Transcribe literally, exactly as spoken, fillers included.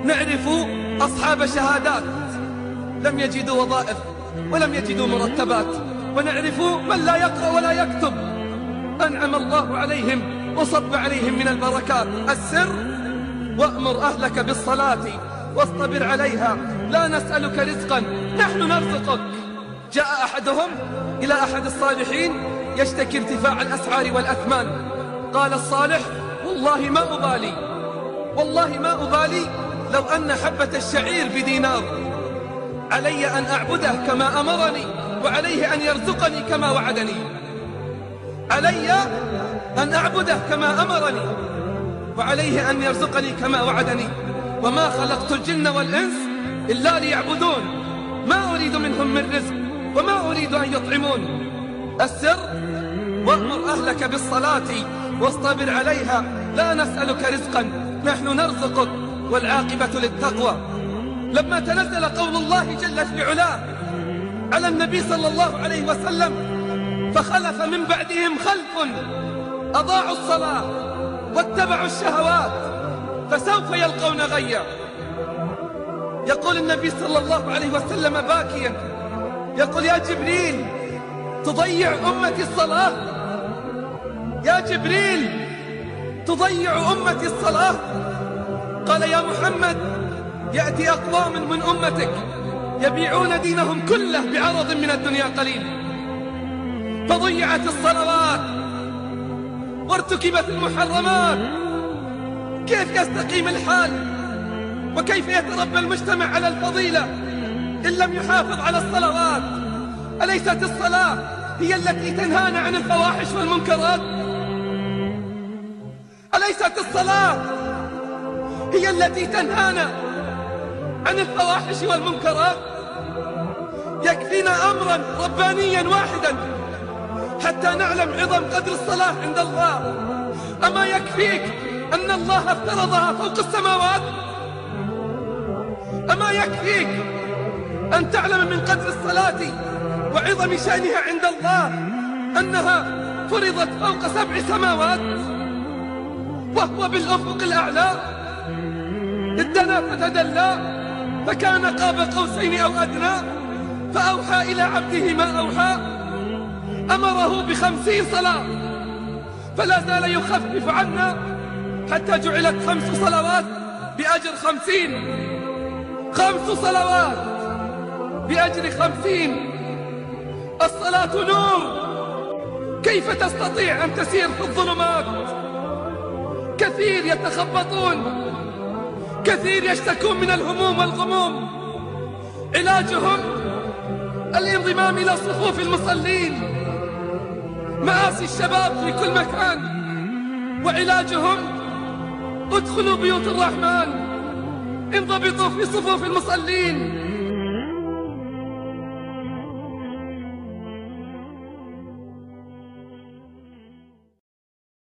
نعرف أصحاب شهادات لم يجدوا وظائف ولم يجدوا مرتبات، ونعرف من لا يقرأ ولا يكتب أنعم الله عليهم وصب عليهم من البركات. السر: وأمر أهلك بالصلاة واصطبر عليها لا نسألك رزقا نحن نرزقك. جاء أحدهم إلى أحد الصالحين يشتكي ارتفاع الأسعار والأثمان. قال الصالح: والله ما أبالي، والله ما أبالي لو أن حبة الشعير بدينار، علي أن أعبده كما أمرني وعليه أن يرزقني كما وعدني، علي أن أعبده كما أمرني وعليه أن يرزقني كما وعدني، وما خلقت الجن والإنس إلا ليعبدون، ما أريد منهم من رزق وما أريد أن يطعمون. السر: وأمر أهلك بالصلاة واصطبر عليها لا نسألك رزقا نحن نرزقك، والعاقبة للتقوى. لما تنزل قول الله جل في علاه على النبي صلى الله عليه وسلم: فخلف من بعدهم خلف أضاعوا الصلاة واتبعوا الشهوات فسوف يلقون غيا. يقول النبي صلى الله عليه وسلم باكيا، يقول: يا جبريل تضيع أمتي الصلاة، يا جبريل تضيع أمتي الصلاة. قال: يا محمد يأتي أقوام من أمتك يبيعون دينهم كله بعرض من الدنيا قليل، فضيعت الصلوات وارتكبت المحرمات، كيف يستقيم الحال وكيف يتربى المجتمع على الفضيلة إن لم يحافظ على الصلوات؟ أليست الصلاة هي التي تنهانا عن الفواحش والمنكرات؟ أليست الصلاة هي التي تنهانا عن الفواحش والمنكرات؟ يكفينا أمرا ربانيا واحدا حتى نعلم عظم قدر الصلاة عند الله. أما يكفيك أن الله افترضها فوق السماوات؟ أما يكفيك أن تعلم من قدر الصلاة وعظم شأنها عند الله أنها فرضت فوق سبع سماوات وهو بالأفق الأعلى؟ ادنا فتدلى فكان قاب قوسين أو أدنى فأوحى إلى عبده ما أوحى، أمره بخمسين صلاة فلا زال يخفف عنا حتى جعلت خمس صلوات بأجر خمسين، خمس صلوات بأجر خمسين. الصلاة نور، كيف تستطيع أن تسير في الظلمات؟ كثير يتخبطون، كثير يشتكون من الهموم والغموم، علاجهم الانضمام إلى صفوف المصلين، مآسي الشباب في كل مكان، وعلاجهم ادخلوا بيوت الرحمن، انضبطوا في صفوف المصلين.